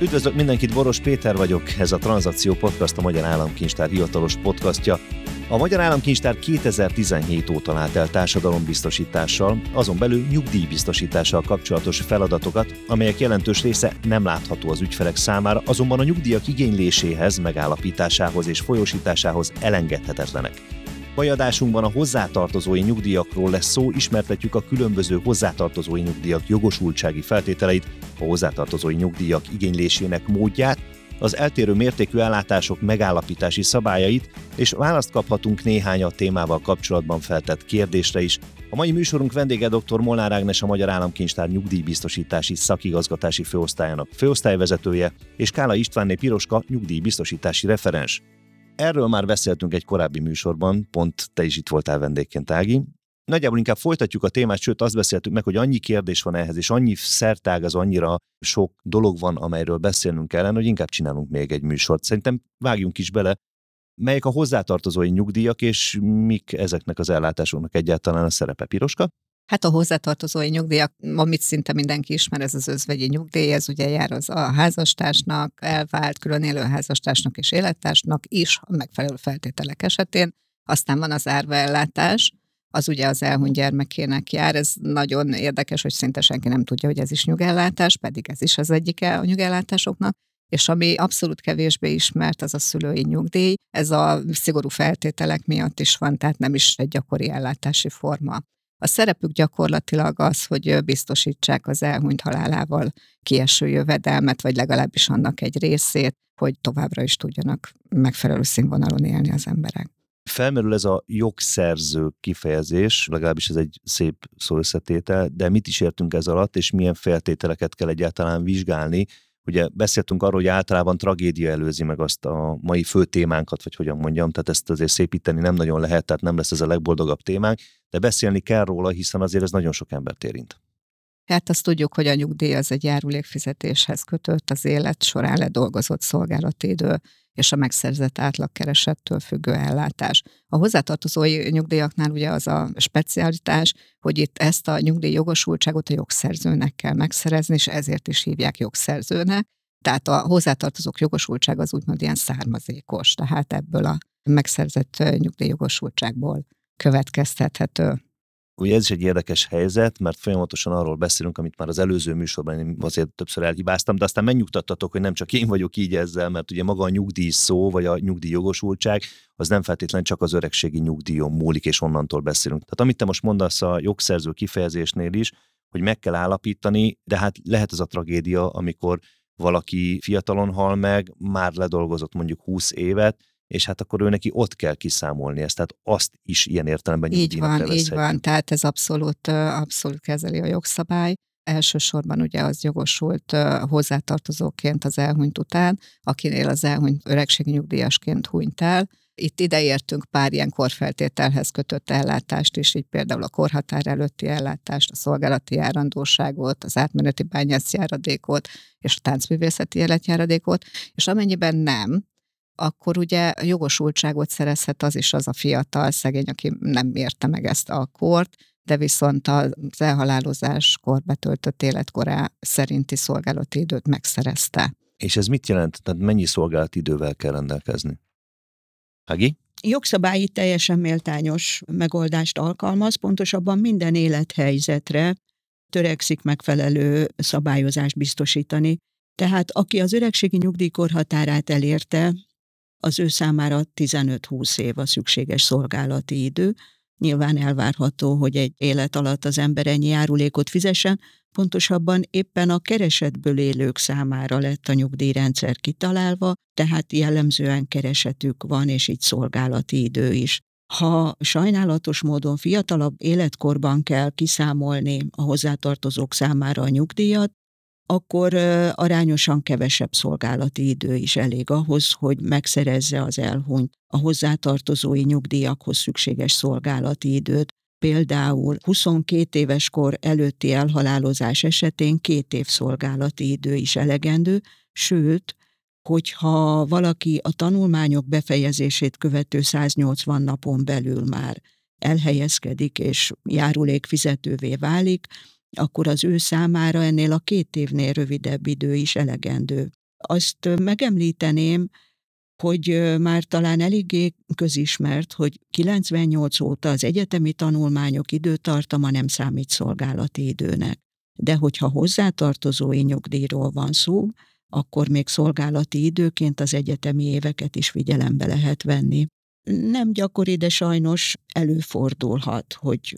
Üdvözlök mindenkit, Boros Péter vagyok, ez a Tranzakció Podcast, a Magyar Államkincstár hivatalos podcastja. A Magyar Államkincstár 2017 óta lát el társadalombiztosítással, azon belül nyugdíjbiztosítással kapcsolatos feladatokat, amelyek jelentős része nem látható az ügyfelek számára, azonban a nyugdíjak igényléséhez, megállapításához és folyósításához elengedhetetlenek. Mai adásunkban a hozzátartozói nyugdíjakról lesz szó, ismertetjük a különböző hozzátartozói nyugdíjak jogosultsági feltételeit, a hozzátartozói nyugdíjak igénylésének módját, az eltérő mértékű ellátások megállapítási szabályait, és választ kaphatunk néhány a témával kapcsolatban feltett kérdésre is. A mai műsorunk vendége dr. Molnár Ágnes, a Magyar Államkincstár nyugdíjbiztosítási szakigazgatási főosztályának főosztályvezetője, és Kála Istvánné Piroska nyugdíjbiztosítási referens. Erről már beszéltünk egy korábbi műsorban, pont te is itt voltál vendégként, Ági. Nagyjából inkább folytatjuk a témát, sőt azt beszéltük meg, hogy annyi kérdés van ehhez, és annyi szertágaz, annyira sok dolog van, amelyről beszélnünk kellene, hogy inkább csinálunk még egy műsort. Szerintem vágjunk is bele, melyek a hozzátartozói nyugdíjak, és mik ezeknek az ellátásoknak egyáltalán a szerepe, Piroska? Hát a hozzátartozói nyugdíjak, amit szinte mindenki ismer, ez az özvegyi nyugdíj, ez ugye jár az a házastársnak, elvált, külön élő házastársnak és élettársnak is, a megfelelő feltételek esetén. Aztán van az árva ellátás, az ugye az elhunyt gyermekének jár, ez nagyon érdekes, hogy szinte senki nem tudja, hogy ez is nyugellátás, pedig ez is az egyike a nyugellátásoknak. És ami abszolút kevésbé ismert, az a szülői nyugdíj, ez a szigorú feltételek miatt is van, tehát nem is egy gyakori ellátási forma. A szerepük gyakorlatilag az, hogy biztosítsák az elhunyt halálával kieső jövedelmet, vagy legalábbis annak egy részét, hogy továbbra is tudjanak megfelelő színvonalon élni az emberek. Felmerül ez a jogszerző kifejezés, legalábbis ez egy szép szóösszetétel, de mit is értünk ez alatt, és milyen feltételeket kell egyáltalán vizsgálni? Ugye beszéltünk arról, hogy általában tragédia előzi meg azt a mai fő témánkat, vagy hogyan mondjam, tehát ezt azért szépíteni nem nagyon lehet, tehát nem lesz ez a legboldogabb témánk, de beszélni kell róla, hiszen azért ez nagyon sok embert érint. Hát azt tudjuk, hogy a nyugdíj az egy járulékfizetéshez kötött, az élet során ledolgozott szolgálati idő és a megszerzett átlagkeresettől függő ellátás. A hozzátartozói nyugdíjaknál ugye az a specialitás, hogy itt ezt a nyugdíj jogosultságot a jogszerzőnek kell megszerezni, és ezért is hívják jogszerzőnek. Tehát a hozzátartozók jogosultság az úgymond ilyen származékos, tehát ebből a megszerzett nyugdíj jogosultságból következtethető. Ugye ez is egy érdekes helyzet, mert folyamatosan arról beszélünk, amit már az előző műsorban én azért többször elhibáztam, de aztán megnyugtattatok, hogy nem csak én vagyok így ezzel, mert ugye maga a nyugdíj szó, vagy a nyugdíjjogosultság, az nem feltétlenül csak az öregségi nyugdíjon múlik, és onnantól beszélünk. Tehát amit te most mondasz a jogszerző kifejezésnél is, hogy meg kell állapítani, de hát lehet az a tragédia, amikor valaki fiatalon hal meg, már ledolgozott mondjuk 20 évet, és hát akkor ő neki ott kell kiszámolni ezt, tehát azt is ilyen értelemben nyugdíjnak nevezhetjük. Így van, tehát ez abszolút kezeli a jogszabály. Elsősorban ugye az jogosult hozzátartozóként az elhunyt után, akinél az elhunyt öregségi nyugdíjasként hunyt el. Itt ideértünk pár ilyen korfeltételhez kötött ellátást is, így például a korhatár előtti ellátást, a szolgálati járandóságot, az átmeneti bányászjáradékot és a táncművészeti életjáradékot, és amennyiben nem, akkor ugye jogosultságot szerezhet az is az a fiatal szegény, aki nem érte meg ezt a kort, de viszont az elhalálozáskor betöltött életkorá szerinti szolgálati időt megszerezte. És ez mit jelent? Tehát mennyi szolgálati idővel kell rendelkezni? Ági? Jogszabályi teljesen méltányos megoldást alkalmaz, pontosabban minden élethelyzetre törekszik megfelelő szabályozást biztosítani. Tehát aki az öregségi nyugdíjkorhatárát elérte, az ő számára 15-20 év a szükséges szolgálati idő. Nyilván elvárható, hogy egy élet alatt az ember ennyi járulékot fizessen, pontosabban éppen a keresetből élők számára lett a nyugdíjrendszer kitalálva, tehát jellemzően keresetük van, és így szolgálati idő is. Ha sajnálatos módon fiatalabb életkorban kell kiszámolni a hozzátartozók számára a nyugdíjat, akkor arányosan kevesebb szolgálati idő is elég ahhoz, hogy megszerezze az elhunyt a hozzátartozói nyugdíjakhoz szükséges szolgálati időt. Például 22 éves kor előtti elhalálozás esetén 2 év szolgálati idő is elegendő, sőt, hogyha valaki a tanulmányok befejezését követő 180 napon belül már elhelyezkedik és járulékfizetővé válik, akkor az ő számára ennél a 2 évnél rövidebb idő is elegendő Azt megemlíteném, hogy már talán eléggé közismert, hogy 98 óta az egyetemi tanulmányok időtartama nem számít szolgálati időnek. De hogyha hozzátartozói nyugdíjról van szó, akkor még szolgálati időként az egyetemi éveket is figyelembe lehet venni. Nem gyakori, de sajnos előfordulhat, hogy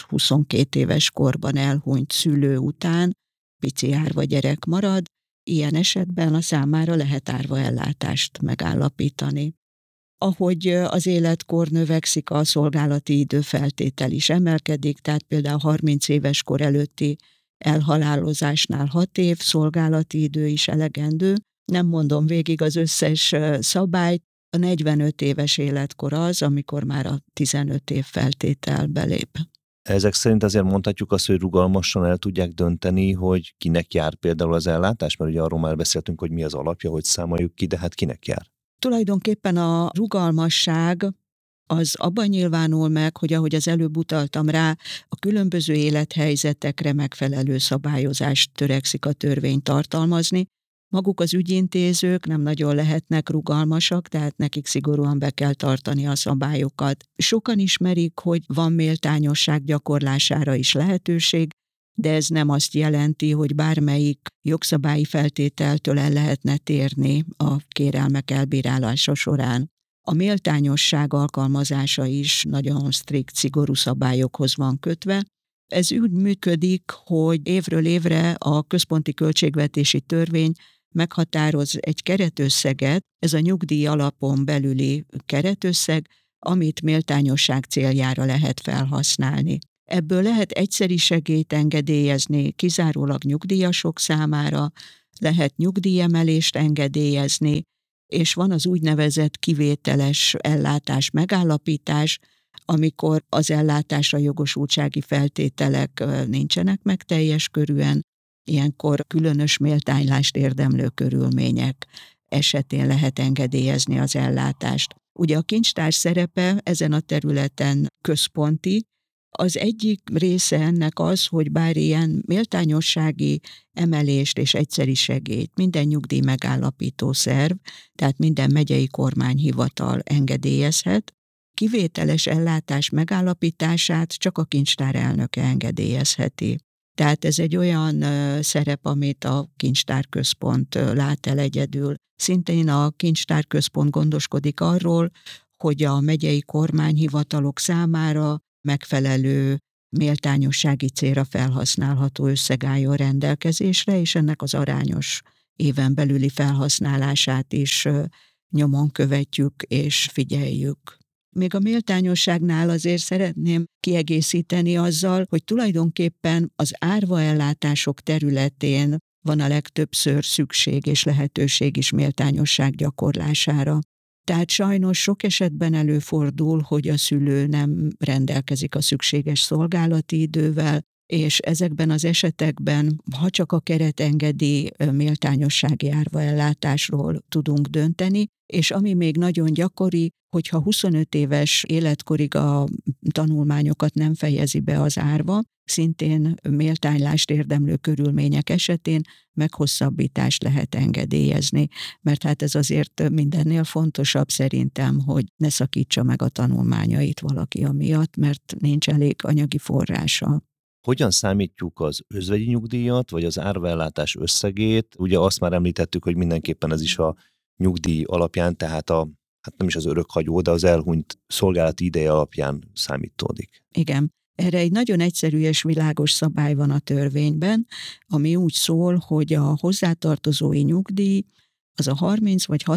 20-22 éves korban elhunyt szülő után pici árva gyerek marad, ilyen esetben a számára lehet árvaellátást megállapítani. Ahogy az életkor növekszik, a szolgálati időfeltétel is emelkedik, tehát például 30 éves kor előtti elhalálozásnál 6 év szolgálati idő is elegendő. Nem mondom végig az összes szabályt, a 45 éves életkor az, amikor már a 15 év feltétel belép. Ezek szerint azért mondhatjuk azt, hogy rugalmasan el tudják dönteni, hogy kinek jár például az ellátás, mert ugye arról már beszéltünk, hogy mi az alapja, hogy számoljuk ki, de hát kinek jár? Tulajdonképpen a rugalmasság az abban nyilvánul meg, hogy ahogy az előbb utaltam rá, a különböző élethelyzetekre megfelelő szabályozást törekszik a törvény tartalmazni. Maguk az ügyintézők nem nagyon lehetnek rugalmasak, tehát nekik szigorúan be kell tartani a szabályokat. Sokan ismerik, hogy van méltányosság gyakorlására is lehetőség, de ez nem azt jelenti, hogy bármelyik jogszabályi feltételtől el lehetne térni a kérelmek elbírálása során. A méltányosság alkalmazása is nagyon strikt, szigorú szabályokhoz van kötve. Ez úgy működik, hogy évről évre a központi költségvetési törvény meghatároz egy keretösszeget, ez a nyugdíj alapon belüli keretösszeg, amit méltányosság céljára lehet felhasználni. Ebből lehet egyszeri segélyt engedélyezni kizárólag nyugdíjasok számára, lehet nyugdíjemelést engedélyezni, és van az úgynevezett kivételes ellátás megállapítás, amikor az ellátásra jogosultsági feltételek nincsenek meg teljes körűen, ilyenkor különös méltánylást érdemlő körülmények esetén lehet engedélyezni az ellátást. Ugye a kincstár szerepe ezen a területen központi. Az egyik része ennek az, hogy bár ilyen méltányossági emelést és egyszeri segélyt minden nyugdíj megállapító szerv, tehát minden megyei kormányhivatal engedélyezhet, kivételes ellátás megállapítását csak a kincstár elnöke engedélyezheti. Tehát ez egy olyan szerep, amit a kincstárközpont lát el egyedül. Szintén a kincstárközpont gondoskodik arról, hogy a megyei kormányhivatalok számára megfelelő méltányossági célra felhasználható összeg álljon rendelkezésre, és ennek az arányos éven belüli felhasználását is nyomon követjük és figyeljük. Még a méltányosságnál azért szeretném kiegészíteni azzal, hogy tulajdonképpen az árvaellátások területén van a legtöbbször szükség és lehetőség is méltányosság gyakorlására. Tehát sajnos sok esetben előfordul, hogy a szülő nem rendelkezik a szükséges szolgálati idővel, és ezekben az esetekben, ha csak a keret engedi, méltányossági árvaellátásról tudunk dönteni, és ami még nagyon gyakori, hogyha 25 éves életkorig a tanulmányokat nem fejezi be az árva, szintén méltánylást érdemlő körülmények esetén meghosszabbítást lehet engedélyezni, mert hát ez azért mindennél fontosabb szerintem, hogy ne szakítsa meg a tanulmányait valaki amiatt, mert nincs elég anyagi forrása. Hogyan számítjuk az özvegyi nyugdíjat, vagy az árvaellátás összegét? Ugye azt már említettük, hogy mindenképpen ez is a nyugdíj alapján, tehát hát nem is az örökhagyó, de az elhunyt szolgálati ideje alapján számítódik. Igen. Erre egy nagyon egyszerű és világos szabály van a törvényben, ami úgy szól, hogy a hozzátartozói nyugdíj az a 30 vagy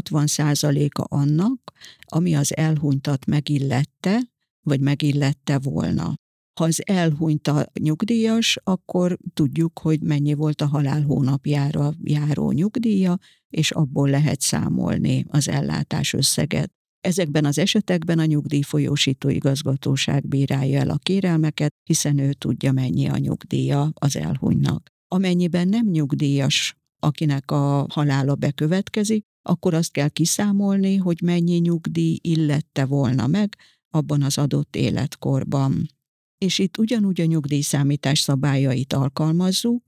60% annak, ami az elhunytat megillette, vagy megillette volna. Ha az elhunyt a nyugdíjas, akkor tudjuk, hogy mennyi volt a halál hónapjára járó nyugdíja, és abból lehet számolni az ellátás összeget. Ezekben az esetekben a nyugdíjfolyósító igazgatóság bírálja el a kérelmeket, hiszen ő tudja, mennyi a nyugdíja az elhunytnak. Amennyiben nem nyugdíjas, akinek a halála bekövetkezik, akkor azt kell kiszámolni, hogy mennyi nyugdíj illette volna meg abban az adott életkorban. És itt ugyanúgy a nyugdíjszámítás szabályait alkalmazzuk,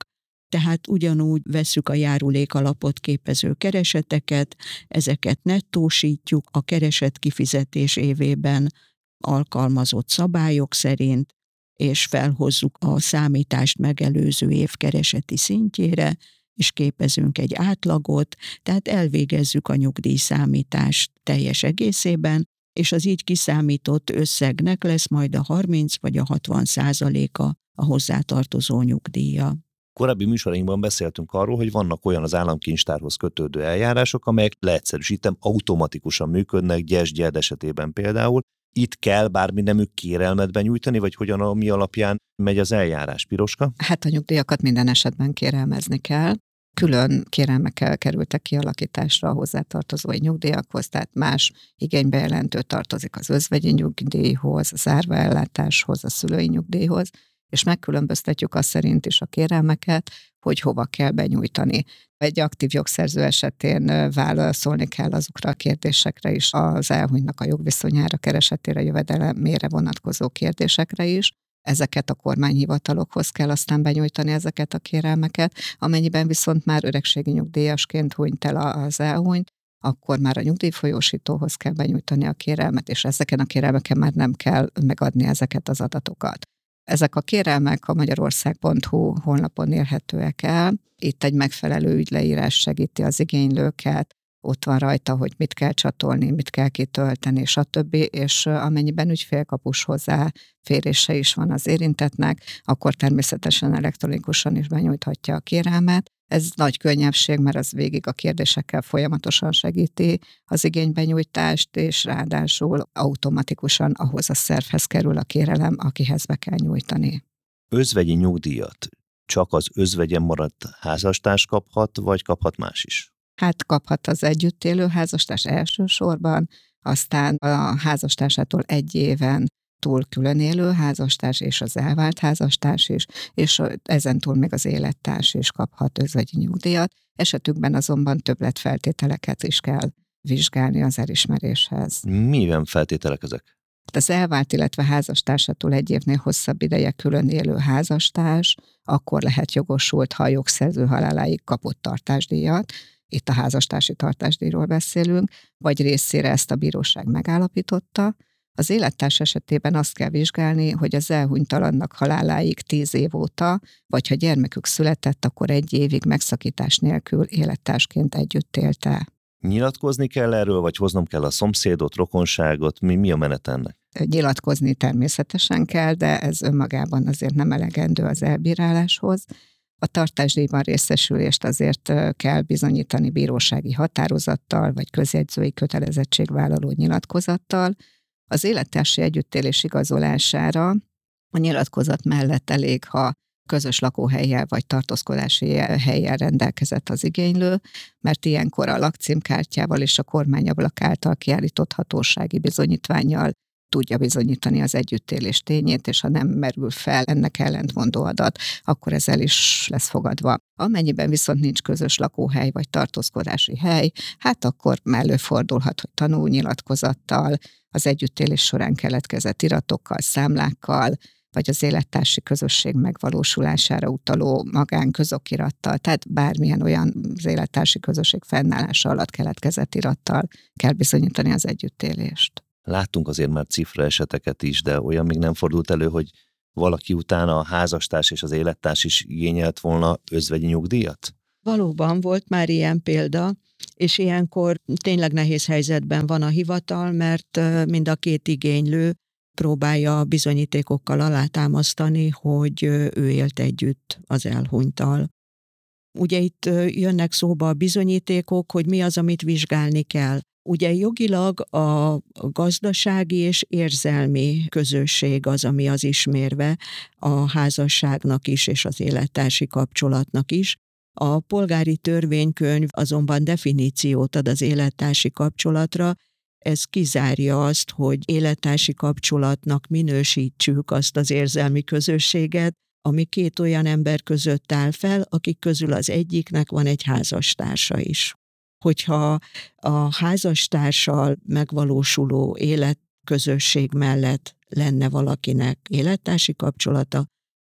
Tehát ugyanúgy vesszük a járulékalapot képező kereseteket, ezeket nettósítjuk a kereset kifizetés évében alkalmazott szabályok szerint, és felhozzuk a számítást megelőző év kereseti szintjére, és képezünk egy átlagot, tehát elvégezzük a nyugdíjszámítást teljes egészében, és az így kiszámított összegnek lesz majd a 30 vagy a 60%-a a hozzátartozó nyugdíja. Korábbi műsorainkban beszéltünk arról, hogy vannak olyan az államkincstárhoz kötődő eljárások, amelyek, leegyszerűsítem, automatikusan működnek, gyes-gyed esetében például. Itt kell bármi nemű kérelmet benyújtani, vagy hogyan, mi alapján megy az eljárás, Piroska? Hát a nyugdíjakat minden esetben kérelmezni kell. Külön kérelmekkel kerültek kialakításra a hozzátartozói nyugdíjakhoz, tehát más igénybejelentő tartozik az özvegyi nyugdíjhoz, az árvaellátáshoz, a szülői nyugdíjhoz, és megkülönböztetjük azt szerint is a kérelmeket, hogy hova kell benyújtani. Egy aktív jogszerző esetén válaszolni kell azokra a kérdésekre is, az elhunytnak a jogviszonyára, keresetére, jövedelemére vonatkozó kérdésekre is. Ezeket a kormányhivatalokhoz kell aztán benyújtani ezeket a kérelmeket, amennyiben viszont már öregségi nyugdíjasként hunyt el az elhunyt, akkor már a nyugdíjfolyósítóhoz kell benyújtani a kérelmet, és ezeken a kérelmeken már nem kell megadni ezeket az adatokat. Ezek a kérelmek a magyarország.hu honlapon érhetőek el. Itt egy megfelelő ügyleírás segíti az igénylőket, ott van rajta, hogy mit kell csatolni, mit kell kitölteni, stb. És amennyiben ügyfélkapus hozzáférése is van az érintettnek, akkor természetesen elektronikusan is benyújthatja a kérelmet. Ez nagy könnyebbség, mert az végig a kérdésekkel folyamatosan segíti az igénybenyújtást, és ráadásul automatikusan ahhoz a szervhez kerül a kérelem, akihez be kell nyújtani. Özvegyi nyugdíjat csak az özvegyen maradt házastárs kaphat, vagy kaphat más is? Hát kaphat az együtt élő házastárs elsősorban, aztán a házastársától 1 éven túl külön élő házastárs és az elvált házastárs is, és ezentúl még az élettárs is kaphat özvegyi nyugdíjat. Esetükben azonban többletfeltételeket is kell vizsgálni az elismeréshez. Milyen feltételek ezek? Az elvált, illetve házastársától 1 évnél hosszabb ideje külön élő házastárs akkor lehet jogosult, ha a jogszerző haláláig kapott tartásdíjat, itt a házastársi tartásdíjról beszélünk, vagy részére ezt a bíróság megállapította. Az élettárs esetében azt kell vizsgálni, hogy az elhunytalannak haláláig 10 év óta, vagy ha gyermekük született, akkor 1 évig megszakítás nélkül élettársként együtt élte. Nyilatkozni kell erről, vagy hoznom kell a szomszédot, rokonságot? Mi a menet ennek? Nyilatkozni természetesen kell, de ez önmagában azért nem elegendő az elbíráláshoz. A tartásdíjban részesülést azért kell bizonyítani bírósági határozattal, vagy közjegyzői kötelezettségvállaló nyilatkozattal. Az élettársi együttélés igazolására a nyilatkozat mellett elég, ha közös lakóhellyel vagy tartózkodási hellyel rendelkezett az igénylő, mert ilyenkor a lakcímkártyával és a kormányablak által kiállított hatósági bizonyítvánnyal tudja bizonyítani az együttélés tényét, és ha nem merül fel ennek ellentmondó adat, akkor ez el is lesz fogadva. Amennyiben viszont nincs közös lakóhely vagy tartózkodási hely, hát akkor előfordulhat, hogy tanúnyilatkozattal, az együttélés során keletkezett iratokkal, számlákkal, vagy az élettársi közösség megvalósulására utaló magánközokkirattal, tehát bármilyen olyan az élettársi közösség fennállása alatt keletkezett irattal kell bizonyítani az együttélést. Láttunk azért már cifra eseteket is, de olyan még nem fordult elő, hogy valaki utána a házastárs és az élettárs is igényelt volna özvegyi nyugdíjat? Valóban volt már ilyen példa, és ilyenkor tényleg nehéz helyzetben van a hivatal, mert mind a két igénylő próbálja bizonyítékokkal alátámasztani, hogy ő élt együtt az elhunyttal. Ugye itt jönnek szóba a bizonyítékok, hogy mi az, amit vizsgálni kell. Ugye jogilag a gazdasági és érzelmi közösség az, ami az ismérve a házasságnak is és az élettársi kapcsolatnak is. A polgári törvénykönyv azonban definíciót ad az élettársi kapcsolatra, ez kizárja azt, hogy élettársi kapcsolatnak minősítsük azt az érzelmi közösséget, ami 2 olyan ember között áll fel, akik közül az egyiknek van egy házastársa is. Hogyha a házastársal megvalósuló életközösség mellett lenne valakinek élettársi kapcsolata,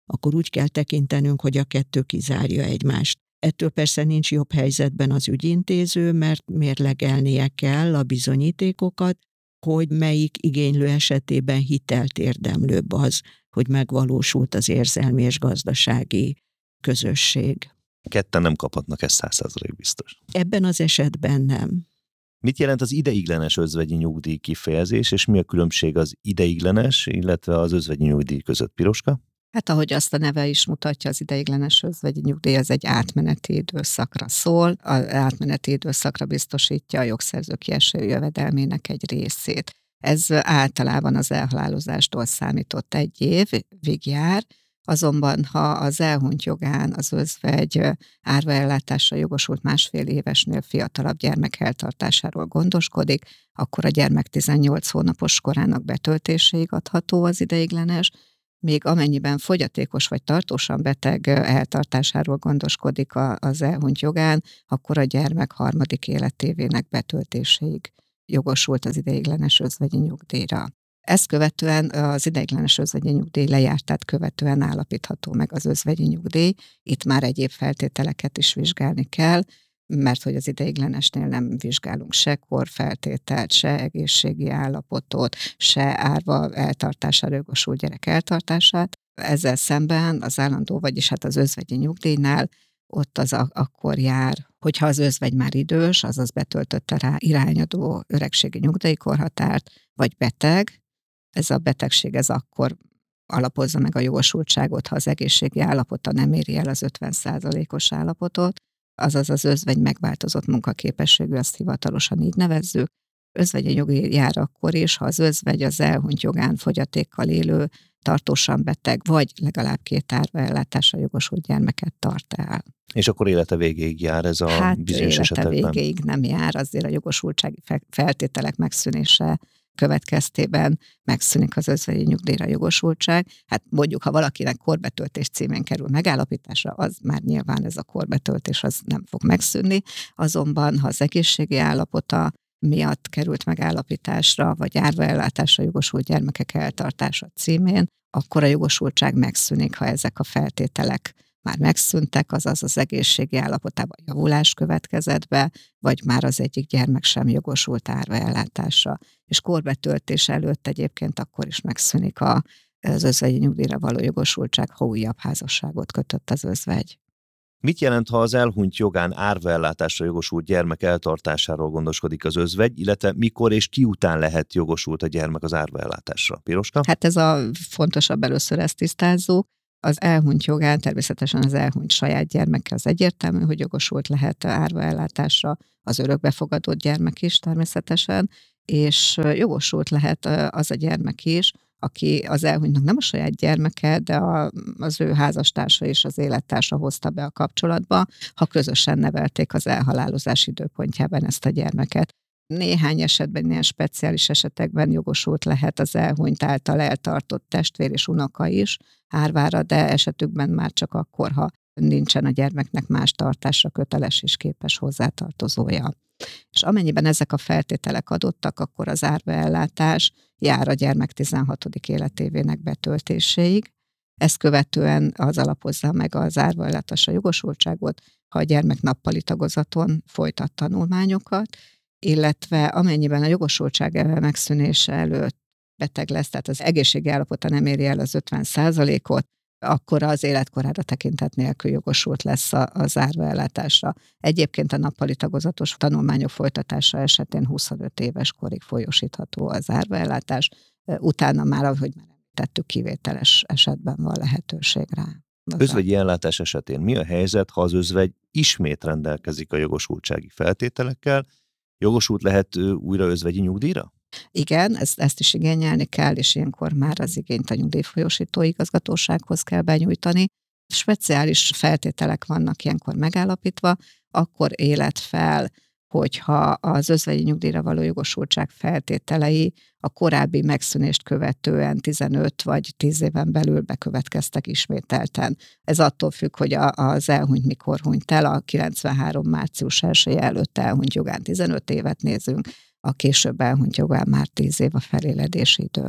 akkor úgy kell tekintenünk, hogy a kettő kizárja egymást. Ettől persze nincs jobb helyzetben az ügyintéző, mert mérlegelnie kell a bizonyítékokat, hogy melyik igénylő esetében hitelt érdemlőbb az, hogy megvalósult az érzelmi és gazdasági közösség. Ketten nem kaphatnak, ez 100% biztos. Ebben az esetben nem. Mit jelent az ideiglenes özvegyi nyugdíj kifejezés, és mi a különbség az ideiglenes, illetve az özvegyi nyugdíj között, Piroska? Hát ahogy azt a neve is mutatja, az ideiglenes özvegyi nyugdíj az egy átmeneti időszakra szól, az átmeneti időszakra biztosítja a jogszerző kieső jövedelmének egy részét. Ez általában az elhalálozástól számított 1 évig jár, azonban ha az elhunyt jogán az özvegy árvaellátásra jogosult 1,5 évesnél fiatalabb gyermek eltartásáról gondoskodik, akkor a gyermek 18 hónapos korának betöltéséig adható az ideiglenes, még amennyiben fogyatékos vagy tartósan beteg eltartásáról gondoskodik az elhunyt jogán, akkor a gyermek 3. életévének betöltéséig jogosult az ideiglenes özvegyi nyugdíjra. Ezt követően az ideiglenes özvegyi nyugdíj lejártát követően állapítható meg az özvegyi nyugdíj. Itt már egyéb feltételeket is vizsgálni kell, mert hogy az ideiglenesnél nem vizsgálunk se korfeltételt, se egészségi állapotot, se árva eltartására jogosult gyerek eltartását. Ezzel szemben az állandó, vagyis hát az özvegyi nyugdíjnál ott az akkor jár, hogyha az özvegy már idős, azaz betöltötte rá irányadó öregségi nyugdíjkorhatárt, vagy beteg. Ez a betegség akkor alapozza meg a jogosultságot, ha az egészségi állapota nem éri el az 50%-os állapotot, azaz az özvegy megváltozott munkaképességű, azt hivatalosan így nevezzük. Özvegyi nyugdíj jár akkor is, ha az özvegy az elhunyt jogán fogyatékkal élő, tartósan beteg, vagy legalább 2 árvaellátásra jogosult gyermeket tart el. És akkor élete végéig jár ez a bizonyos esetekben? Élete végéig nem jár, azért a jogosultsági feltételek megszűnése következtében megszűnik az özvegyi nyugdíjra jogosultság. Hát mondjuk, ha valakinek korbetöltés címén kerül megállapításra, az már nyilván ez a korbetöltés az nem fog megszűnni, azonban ha az egészségi állapota miatt került megállapításra, vagy árvaellátásra jogosult gyermekek eltartása címén, akkor a jogosultság megszűnik, ha ezek a feltételek már megszűntek, azaz az egészségi állapotában javulás következett be, vagy már az egyik gyermek sem jogosult árvaellátásra. És korbetöltés előtt egyébként akkor is megszűnik az özvegyi nyugdíjra való jogosultság, ha újabb házasságot kötött az özvegy. Mit jelent, ha az elhunyt jogán árvaellátásra jogosult gyermek eltartásáról gondoskodik az özvegy, illetve mikor és ki után lehet jogosult a gyermek az árvaellátásra? Piroska? Hát ez a fontosabb, először ezt tisztázzuk. Az elhunyt jogán természetesen az elhunyt saját gyermeke az egyértelmű, hogy jogosult lehet árvaellátásra, az örökbefogadott gyermek is természetesen, és jogosult lehet az a gyermek is, aki az elhunytnak nem a saját gyermeke, de az ő házastársa és az élettársa hozta be a kapcsolatba, ha közösen nevelték az elhalálozás időpontjában ezt a gyermeket. Néhány esetben, ilyen speciális esetekben jogosult lehet az elhunyt által eltartott testvér és unoka is árvára, de esetükben már csak akkor, ha nincsen a gyermeknek más tartásra köteles és képes hozzátartozója. És amennyiben ezek a feltételek adottak, akkor az árvaellátás jár a gyermek 16. életévének betöltéséig. Ezt követően az alapozza meg az árvaellátásra jogosultságot, ha a gyermek nappali tagozaton folytat tanulmányokat, illetve amennyiben a jogosultság megszűnése előtt beteg lesz, tehát az egészségi állapota nem éri el az 50%-ot, akkor az életkorára tekintet nélkül jogosult lesz az árvaellátásra. Egyébként a nappali tagozatos tanulmányok folytatása esetén 25 éves korig folyósítható az árvaellátás, utána már, ahogy már említettük, kivételes esetben van lehetőség rá. Özvegyi ellátás esetén mi a helyzet, ha az özvegy ismét rendelkezik a jogosultsági feltételekkel? Jogosult lehet újra özvegyi nyugdíjra? Igen, ezt is igényelni kell, és ilyenkor már az igényt a nyugdíjfolyósító igazgatósághoz kell benyújtani. Speciális feltételek vannak ilyenkor megállapítva, akkor élet fel, hogyha az özvegyi nyugdíjra való jogosultság feltételei a korábbi megszűnést követően 15 vagy 10 éven belül bekövetkeztek ismételten. Ez attól függ, hogy az elhunyt mikor hunyt el, a 93. március 1 előtt elhunyt jogán 15 évet nézünk, a később elhunyt jogán már 10 év a feléledési idő.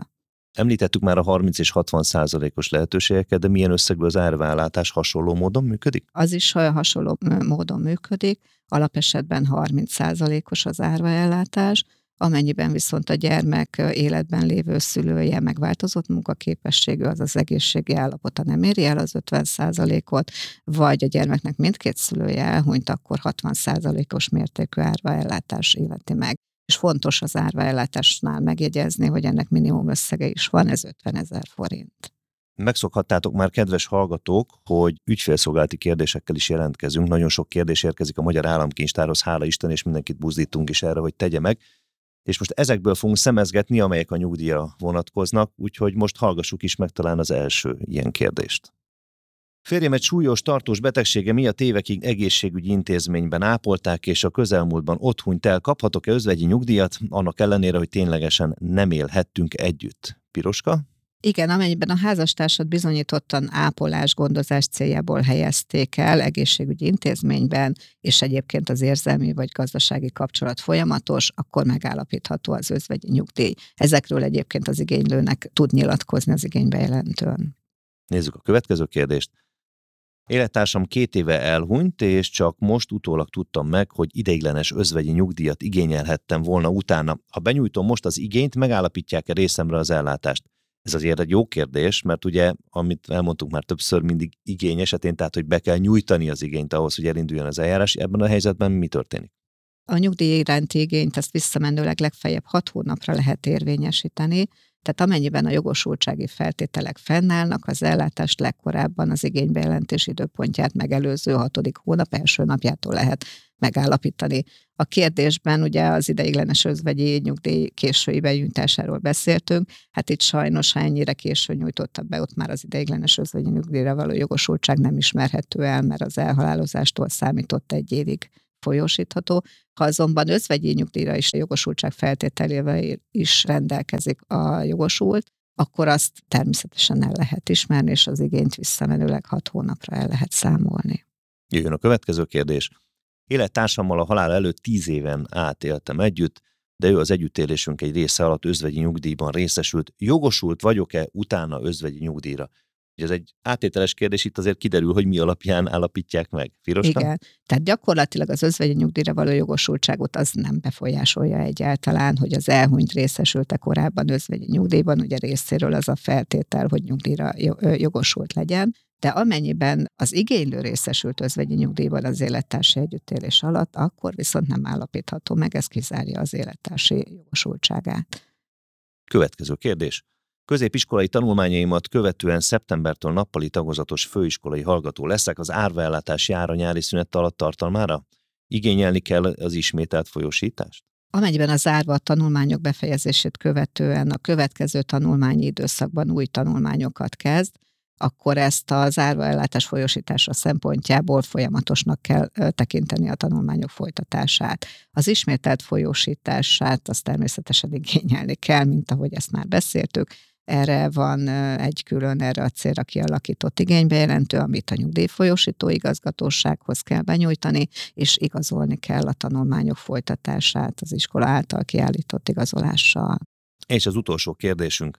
Említettük már a 30 és 60%-os lehetőségeket, de milyen összegből az árvaellátás hasonló módon működik? Az is hasonló módon működik, alapesetben 30%-os az árvaellátás, amennyiben viszont a gyermek életben lévő szülője megváltozott munkaképességű, azaz egészségi állapota nem éri el az 50%-ot, vagy a gyermeknek mindkét szülője elhunyt, akkor 60%-os mértékű árvaellátás illeti meg. És fontos az árvaellátásnál megjegyezni, hogy ennek minimum összege is van, ez 50 000 forint. Megszokhattátok már, kedves hallgatók, hogy ügyfélszolgálati kérdésekkel is jelentkezünk. Nagyon sok kérdés érkezik a Magyar Államkincstárhoz, hála Isten, és mindenkit buzdítunk is erre, hogy tegye meg. És most ezekből fogunk szemezgetni, amelyek a nyugdíjra vonatkoznak, úgyhogy most hallgassuk is meg talán az első ilyen kérdést. Férjem egy súlyos, tartós betegsége miatt évekig egészségügyi intézményben ápolták, és a közelmúltban ott hunyt el. Kaphatok-e özvegyi nyugdíjat, annak ellenére, hogy ténylegesen nem élhettünk együtt? Piroska? Igen, amennyiben a házastársat bizonyítottan ápolás-gondozás céljából helyezték el egészségügyi intézményben, és egyébként az érzelmi vagy gazdasági kapcsolat folyamatos, akkor megállapítható az özvegyi nyugdíj. Ezekről egyébként az igénylőnek tud nyilatkozni az igénybejelentőn. Nézzük a következő kérdést. Élettársam 2 éve elhunyt, és csak most utólag tudtam meg, hogy ideiglenes özvegyi nyugdíjat igényelhettem volna utána. Ha benyújtom most az igényt, megállapítják-e részemre az ellátást? Ez azért egy jó kérdés, mert ugye, amit elmondtunk már többször, mindig igény esetén, tehát hogy be kell nyújtani az igényt ahhoz, hogy elinduljon az eljárás. Ebben a helyzetben mi történik? A nyugdíj iránti igényt ezt visszamenőleg legfeljebb 6 hónapra lehet érvényesíteni, tehát amennyiben a jogosultsági feltételek fennállnak, az ellátást legkorábban az igénybejelentés időpontját megelőző 6. hónap első napjától lehet megállapítani. A kérdésben ugye az ideiglenes özvegyi nyugdíj késői benyújtásáról beszéltünk, hát itt sajnos, ha ennyire későn nyújtotta be, ott már az ideiglenes özvegyi nyugdíjra való jogosultság nem ismerhető el, mert az elhalálozástól számított 1 évig folyósítható. Ha azonban özvegyi nyugdíjra is a jogosultság feltételével is rendelkezik a jogosult, akkor azt természetesen el lehet ismerni, és az igényt visszamenőleg 6 hónapra el lehet számolni. Jöjjön a következő kérdés. Élettársammal a halál előtt 10 éven át éltem együtt, de ő az együttélésünk egy része alatt özvegyi nyugdíjban részesült. Jogosult vagyok-e utána özvegyi nyugdíjra? Ez egy áttételes kérdés, itt azért kiderül, hogy mi alapján állapítják meg. Piroska? Igen, tehát gyakorlatilag az özvegyi nyugdíjra való jogosultságot az nem befolyásolja egyáltalán, hogy az elhunyt részesült-e korábban özvegyi nyugdíjban, ugye részéről az a feltétel, hogy nyugdíjra jogosult legyen, de amennyiben az igénylő részesült özvegyi nyugdíjban az élettársi együttélés alatt, akkor viszont nem állapítható meg, ez kizárja az élettársi jogosultságát. Következő kérdés. Középiskolai tanulmányaimat követően szeptembertől nappali tagozatos főiskolai hallgató leszek, az árvaellátás jár a nyári szünet alatt tartalmára? Igényelni kell az ismételt folyósítást? Amennyiben az árva a tanulmányok befejezését követően a következő tanulmányi időszakban új tanulmányokat kezd, akkor ezt az árvaellátás folyósítása szempontjából folyamatosnak kell tekinteni a tanulmányok folytatását. Az ismételt folyósítását azt természetesen igényelni kell, mint ahogy ezt már beszéltük. Erre van egy külön erre a célra kialakított igénybejelentő, amit a nyugdíjfolyósító igazgatósághoz kell benyújtani, és igazolni kell a tanulmányok folytatását az iskola által kiállított igazolással. És az utolsó kérdésünk.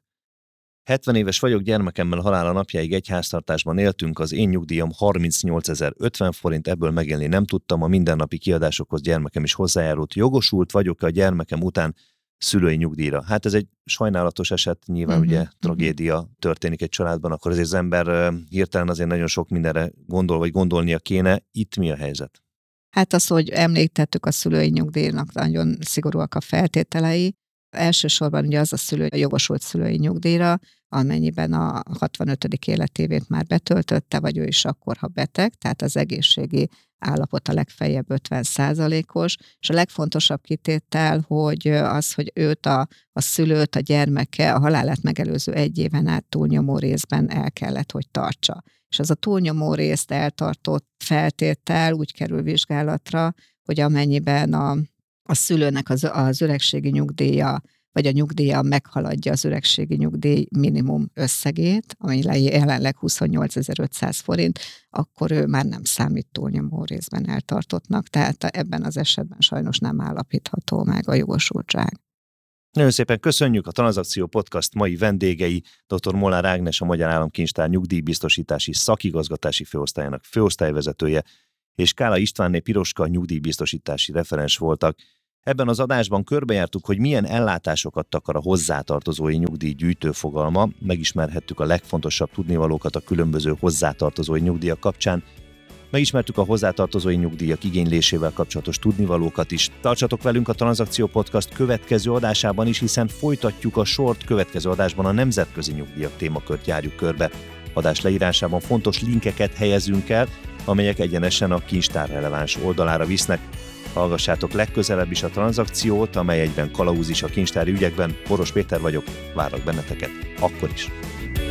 70 éves vagyok, gyermekemmel halála napjáig egy háztartásban éltünk, az én nyugdíjam 38.050 forint, ebből megélni nem tudtam, a mindennapi kiadásokhoz gyermekem is hozzájárult. Jogosult vagyok a gyermekem után szülői nyugdíjra? Hát ez egy sajnálatos eset, nyilván ugye tragédia történik egy családban, akkor azért az ember hirtelen azért nagyon sok mindenre gondol, vagy gondolnia kéne. Itt mi a helyzet? Hát az, hogy említettük, a szülői nyugdíjnak nagyon szigorúak a feltételei. Elsősorban ugye az a szülő a jogosult szülői nyugdíjra, amennyiben a 65. életévét már betöltötte, vagy ő is akkor, ha beteg, tehát az egészségi állapot a legfeljebb 50%-os, és a legfontosabb kitétel, hogy az, hogy őt a szülőt, a gyermeke a halálát megelőző 1 éven át túlnyomó részben el kellett, hogy tartsa. És az a túlnyomó részt eltartott feltétel úgy kerül vizsgálatra, hogy amennyiben a szülőnek az öregségi nyugdíja, vagy a nyugdíja meghaladja az öregségi nyugdíj minimum összegét, ami jelenleg 28.500 forint, akkor ő már nem számít túlnyomó részben eltartottnak, tehát ebben az esetben sajnos nem állapítható meg a jogosultság. Nagyon szépen köszönjük. A Tranzakció Podcast mai vendégei dr. Molnár Ágnes, a Magyar Államkincstár nyugdíjbiztosítási szakigazgatási főosztályának főosztályvezetője, és Kála Istvánné Piroska nyugdíjbiztosítási referens voltak. Ebben az adásban körbejártuk, hogy milyen ellátásokat takar a hozzátartozói nyugdíj gyűjtőfogalma, megismerhettük a legfontosabb tudnivalókat a különböző hozzátartozói nyugdíjak kapcsán, megismertük a hozzátartozói nyugdíjak igénylésével kapcsolatos tudnivalókat is. Tartsatok velünk a Tranzakció Podcast következő adásában is, hiszen folytatjuk a sort. Következő adásban a nemzetközi nyugdíjak témakört járjuk körbe. Adás leírásában fontos linkeket helyezünk el, amelyek egyenesen a kincstár releváns oldalára visznek. Hallgassátok legközelebb is a Tranzakciót, amely egyben kalauz is a kincstári ügyekben. Boros Péter vagyok, várlak benneteket akkor is.